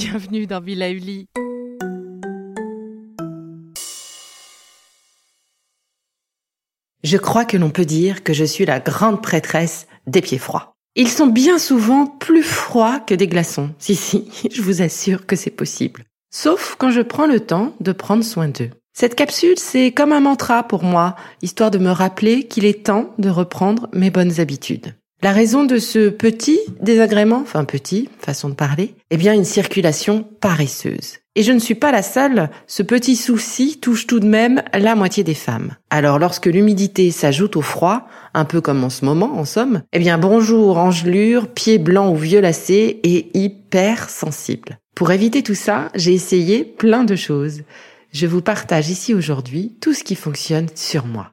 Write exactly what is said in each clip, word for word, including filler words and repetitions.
bienvenue dans Villa Uli. Je crois que l'on peut dire que je suis la grande prêtresse des pieds froids. Ils sont bien souvent plus froids que des glaçons. Si, si, je vous assure que c'est possible. Sauf quand je prends le temps de prendre soin d'eux. Cette capsule, c'est comme un mantra pour moi, histoire de me rappeler qu'il est temps de reprendre mes bonnes habitudes. La raison de ce petit désagrément, enfin petit, façon de parler, eh bien une circulation paresseuse. Et je ne suis pas la seule, ce petit souci touche tout de même la moitié des femmes. Alors lorsque l'humidité s'ajoute au froid, un peu comme en ce moment en somme, eh bien bonjour engelure, pieds blancs ou violacés et hyper sensible. Pour éviter tout ça, j'ai essayé plein de choses. Je vous partage ici aujourd'hui tout ce qui fonctionne sur moi.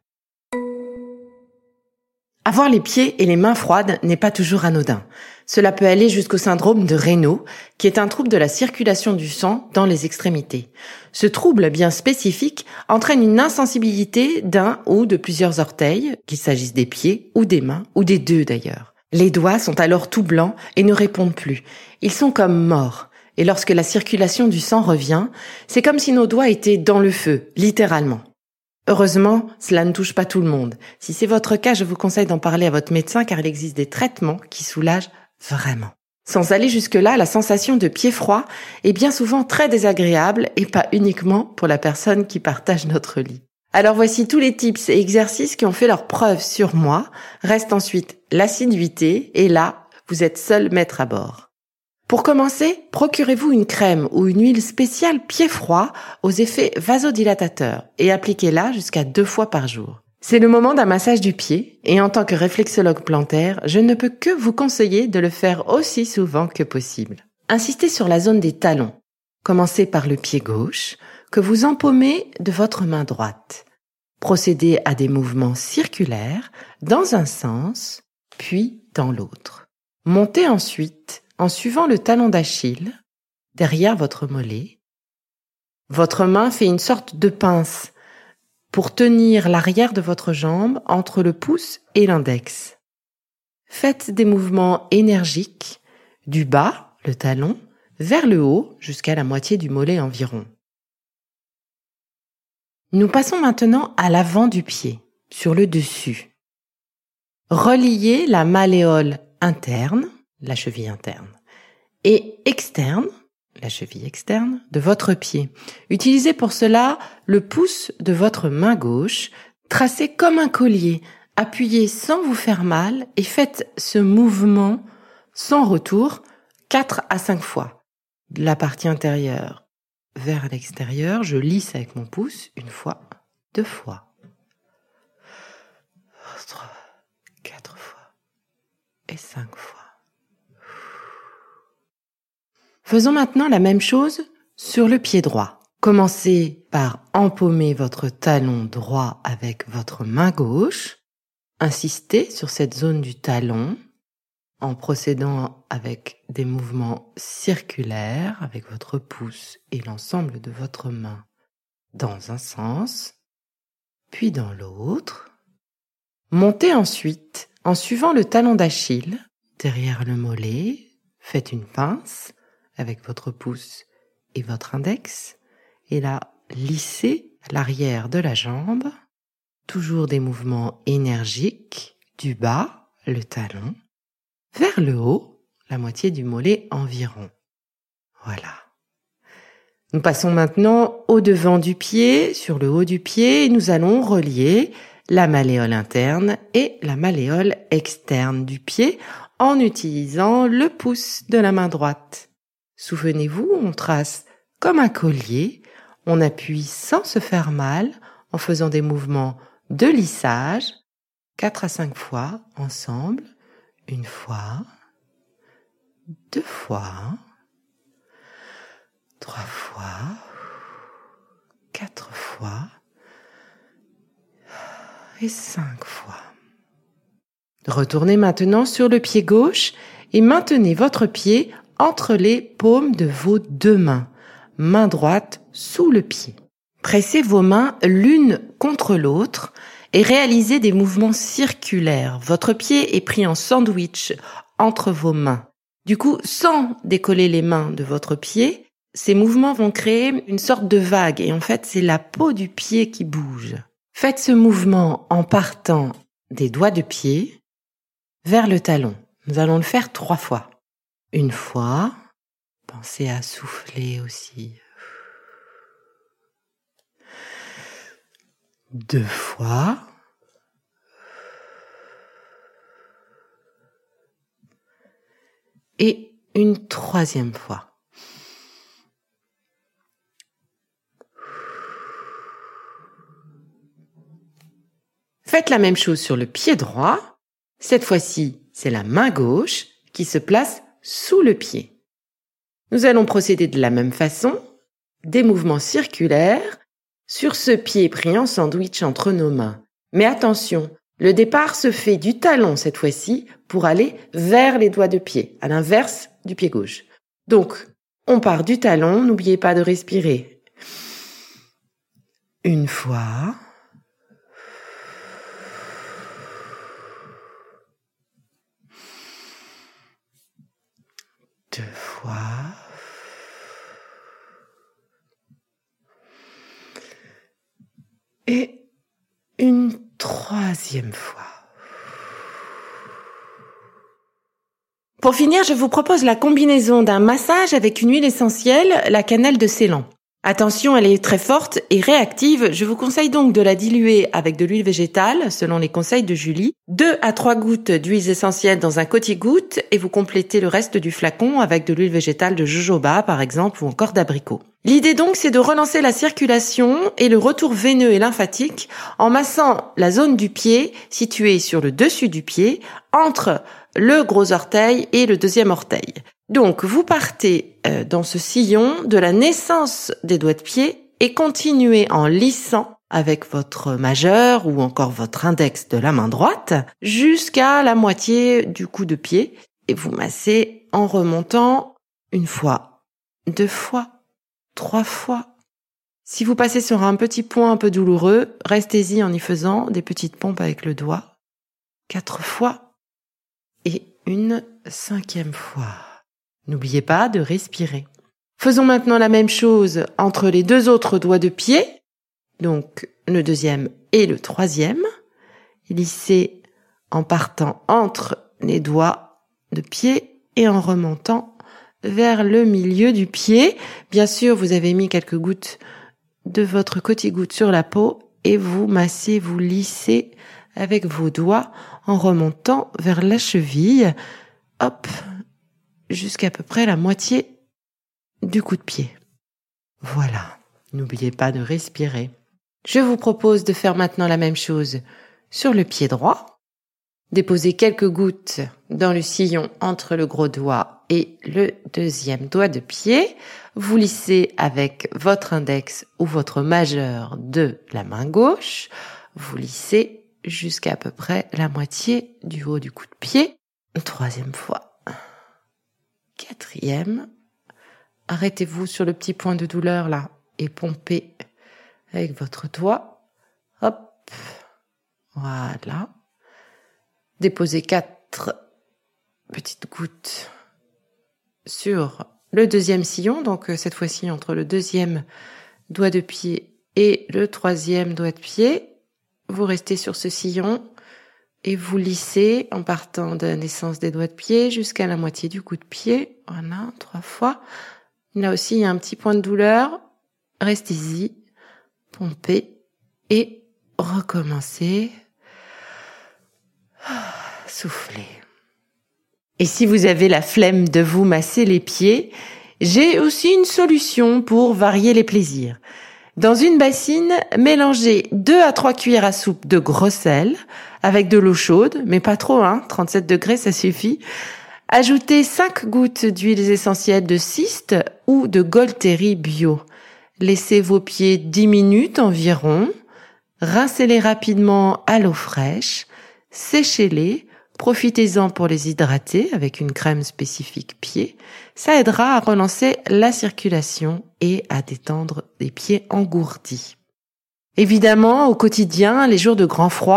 Avoir les pieds et les mains froides n'est pas toujours anodin. Cela peut aller jusqu'au syndrome de Raynaud, qui est un trouble de la circulation du sang dans les extrémités. Ce trouble bien spécifique entraîne une insensibilité d'un ou de plusieurs orteils, qu'il s'agisse des pieds ou des mains, ou des deux d'ailleurs. Les doigts sont alors tout blancs et ne répondent plus. Ils sont comme morts. Et lorsque la circulation du sang revient, c'est comme si nos doigts étaient dans le feu, littéralement. Heureusement, cela ne touche pas tout le monde. Si c'est votre cas, je vous conseille d'en parler à votre médecin car il existe des traitements qui soulagent vraiment. Sans aller jusque-là, la sensation de pied froid est bien souvent très désagréable et pas uniquement pour la personne qui partage notre lit. Alors voici tous les tips et exercices qui ont fait leur preuve sur moi. Reste ensuite l'assiduité et là, vous êtes seul maître à bord. Pour commencer, procurez-vous une crème ou une huile spéciale pied froid aux effets vasodilatateurs et appliquez-la jusqu'à deux fois par jour. C'est le moment d'un massage du pied et en tant que réflexologue plantaire, je ne peux que vous conseiller de le faire aussi souvent que possible. Insistez sur la zone des talons. Commencez par le pied gauche que vous empaumez de votre main droite. Procédez à des mouvements circulaires dans un sens puis dans l'autre. Montez ensuite en suivant le talon d'Achille, derrière votre mollet. Votre main fait une sorte de pince pour tenir l'arrière de votre jambe entre le pouce et l'index. Faites des mouvements énergiques du bas, le talon, vers le haut jusqu'à la moitié du mollet environ. Nous passons maintenant à l'avant du pied, sur le dessus. Reliez la malléole interne, la cheville interne, et externe, la cheville externe, de votre pied. Utilisez pour cela le pouce de votre main gauche, tracé comme un collier, appuyez sans vous faire mal et faites ce mouvement sans retour quatre à cinq fois. De la partie intérieure vers l'extérieur, je lisse avec mon pouce une fois, deux fois, trois, quatre fois et cinq fois. Faisons maintenant la même chose sur le pied droit. Commencez par empaumer votre talon droit avec votre main gauche. Insistez sur cette zone du talon en procédant avec des mouvements circulaires avec votre pouce et l'ensemble de votre main dans un sens, puis dans l'autre. Montez ensuite en suivant le talon d'Achille derrière le mollet. Faites une pince avec votre pouce et votre index, et là, lissez l'arrière de la jambe, toujours des mouvements énergiques, du bas, le talon, vers le haut, la moitié du mollet environ. Voilà. Nous passons maintenant au devant du pied, sur le haut du pied, et nous allons relier la malléole interne et la malléole externe du pied en utilisant le pouce de la main droite. Souvenez-vous, on trace comme un collier, on appuie sans se faire mal en faisant des mouvements de lissage, quatre à cinq fois ensemble, une fois, deux fois, trois fois, quatre fois et cinq fois. Retournez maintenant sur le pied gauche et maintenez votre pied entre les paumes de vos deux mains, main droite sous le pied. Pressez vos mains l'une contre l'autre et réalisez des mouvements circulaires. Votre pied est pris en sandwich entre vos mains. Du coup, sans décoller les mains de votre pied, ces mouvements vont créer une sorte de vague et en fait, c'est la peau du pied qui bouge. Faites ce mouvement en partant des doigts de pied vers le talon. Nous allons le faire trois fois. Une fois, pensez à souffler aussi. Deux fois. Et une troisième fois. Faites la même chose sur le pied droit. Cette fois-ci, c'est la main gauche qui se place sous le pied. Nous allons procéder de la même façon, des mouvements circulaires sur ce pied pris en sandwich entre nos mains. Mais attention, le départ se fait du talon cette fois-ci pour aller vers les doigts de pied, à l'inverse du pied gauche. Donc, on part du talon, n'oubliez pas de respirer. Une fois. Deux fois. Et une troisième fois. Pour finir, je vous propose la combinaison d'un massage avec une huile essentielle, la cannelle de Ceylan. Attention, elle est très forte et réactive. Je vous conseille donc de la diluer avec de l'huile végétale, selon les conseils de Julie. Deux à trois gouttes d'huile essentielle dans un coty-goutte et vous complétez le reste du flacon avec de l'huile végétale de jojoba, par exemple, ou encore d'abricot. L'idée donc, c'est de relancer la circulation et le retour veineux et lymphatique en massant la zone du pied située sur le dessus du pied, entre le gros orteil et le deuxième orteil. Donc, vous partez euh, dans ce sillon de la naissance des doigts de pied et continuez en lissant avec votre majeur ou encore votre index de la main droite jusqu'à la moitié du coup de pied et vous massez en remontant une fois, deux fois, trois fois. Si vous passez sur un petit point un peu douloureux, restez-y en y faisant des petites pompes avec le doigt. Quatre fois et une cinquième fois. N'oubliez pas de respirer. Faisons maintenant la même chose entre les deux autres doigts de pied, donc le deuxième et le troisième. Lissez en partant entre les doigts de pied et en remontant vers le milieu du pied. Bien sûr, vous avez mis quelques gouttes de votre coty-goutte sur la peau et vous massez, vous lissez avec vos doigts en remontant vers la cheville. Hop, jusqu'à peu près la moitié du coup de pied. Voilà, n'oubliez pas de respirer. Je vous propose de faire maintenant la même chose sur le pied droit. Déposez quelques gouttes dans le sillon entre le gros doigt et le deuxième doigt de pied. Vous lissez avec votre index ou votre majeur de la main gauche. Vous lissez jusqu'à peu près la moitié du haut du coup de pied. Troisième fois. Quatrième. Arrêtez-vous sur le petit point de douleur là et pompez avec votre doigt. Hop. Voilà. Déposez quatre petites gouttes sur le deuxième sillon, donc cette fois-ci entre le deuxième doigt de pied et le troisième doigt de pied. Vous restez sur ce sillon et vous lissez en partant de la naissance des doigts de pied jusqu'à la moitié du coup de pied. Voilà, trois fois. Là aussi, il y a un petit point de douleur. Restez-y, pompez et recommencez. Soufflez. Et si vous avez la flemme de vous masser les pieds, j'ai aussi une solution pour varier les plaisirs. Dans une bassine, mélangez deux à trois cuillères à soupe de gros sel avec de l'eau chaude, mais pas trop, hein, trente-sept degrés, ça suffit. Ajoutez cinq gouttes d'huiles essentielles de cyste ou de Golteri bio. Laissez vos pieds dix minutes environ. Rincez-les rapidement à l'eau fraîche. Séchez-les. Profitez-en pour les hydrater avec une crème spécifique pied. Ça aidera à relancer la circulation et à détendre les pieds engourdis. Évidemment, au quotidien, les jours de grand froid,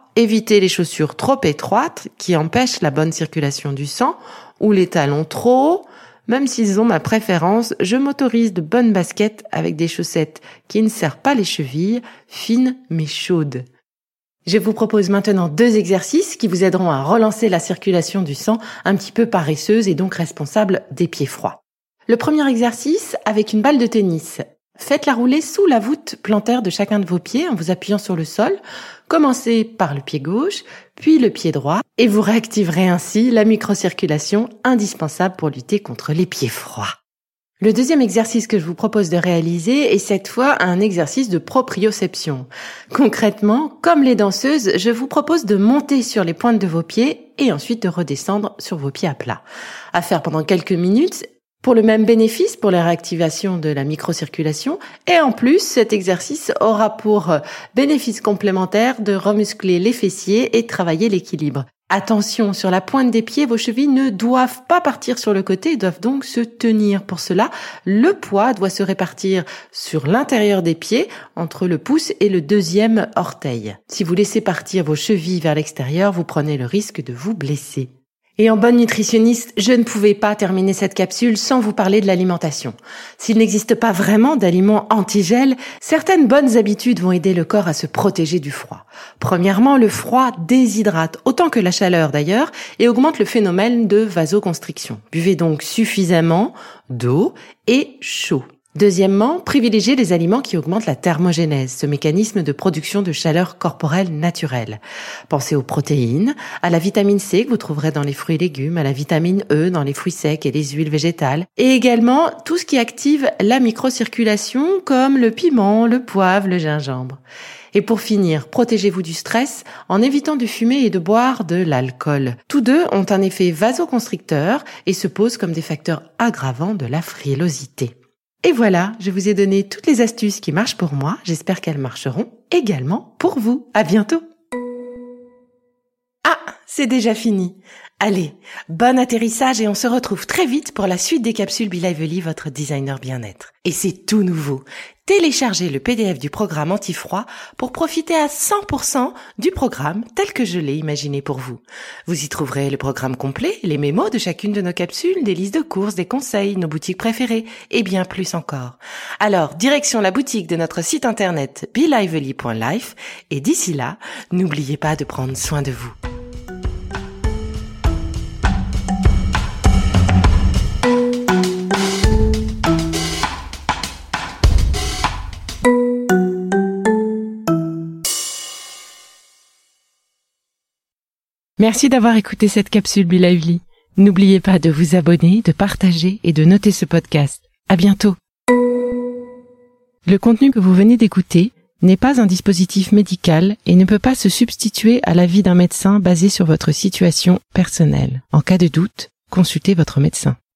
évitez les chaussures trop étroites qui empêchent la bonne circulation du sang ou les talons trop hauts. Même s'ils ont ma préférence, je m'autorise de bonnes baskets avec des chaussettes qui ne serrent pas les chevilles, fines mais chaudes. Je vous propose maintenant deux exercices qui vous aideront à relancer la circulation du sang un petit peu paresseuse et donc responsable des pieds froids. Le premier exercice, avec une balle de tennis. Faites-la rouler sous la voûte plantaire de chacun de vos pieds en vous appuyant sur le sol. Commencez par le pied gauche, puis le pied droit et vous réactiverez ainsi la microcirculation indispensable pour lutter contre les pieds froids. Le deuxième exercice que je vous propose de réaliser est cette fois un exercice de proprioception. Concrètement, comme les danseuses, je vous propose de monter sur les pointes de vos pieds et ensuite de redescendre sur vos pieds à plat. À faire pendant quelques minutes pour le même bénéfice, pour la réactivation de la microcirculation. Et en plus, cet exercice aura pour bénéfice complémentaire de remuscler les fessiers et de travailler l'équilibre. Attention, sur la pointe des pieds, vos chevilles ne doivent pas partir sur le côté et doivent donc se tenir. Pour cela, le poids doit se répartir sur l'intérieur des pieds, entre le pouce et le deuxième orteil. Si vous laissez partir vos chevilles vers l'extérieur, vous prenez le risque de vous blesser. Et en bonne nutritionniste, je ne pouvais pas terminer cette capsule sans vous parler de l'alimentation. S'il n'existe pas vraiment d'aliments anti-gel, certaines bonnes habitudes vont aider le corps à se protéger du froid. Premièrement, le froid déshydrate, autant que la chaleur d'ailleurs, et augmente le phénomène de vasoconstriction. Buvez donc suffisamment d'eau et chaud. Deuxièmement, privilégiez les aliments qui augmentent la thermogénèse, ce mécanisme de production de chaleur corporelle naturelle. Pensez aux protéines, à la vitamine C que vous trouverez dans les fruits et légumes, à la vitamine E dans les fruits secs et les huiles végétales, et également tout ce qui active la microcirculation comme le piment, le poivre, le gingembre. Et pour finir, protégez-vous du stress en évitant de fumer et de boire de l'alcool. Tous deux ont un effet vasoconstricteur et se posent comme des facteurs aggravants de la frilosité. Et voilà, je vous ai donné toutes les astuces qui marchent pour moi. J'espère qu'elles marcheront également pour vous. À bientôt. Ah, c'est déjà fini. Allez, bon atterrissage et on se retrouve très vite pour la suite des capsules Be Lively, votre designer bien-être. Et c'est tout nouveau. Téléchargez le P D F du programme anti-froid pour profiter à cent pour cent du programme tel que je l'ai imaginé pour vous. Vous y trouverez le programme complet, les mémos de chacune de nos capsules, des listes de courses, des conseils, nos boutiques préférées et bien plus encore. Alors, direction la boutique de notre site internet be lively point life et d'ici là, n'oubliez pas de prendre soin de vous. Merci d'avoir écouté cette capsule Be Lively. N'oubliez pas de vous abonner, de partager et de noter ce podcast. À bientôt. Le contenu que vous venez d'écouter n'est pas un dispositif médical et ne peut pas se substituer à l'avis d'un médecin basé sur votre situation personnelle. En cas de doute, consultez votre médecin.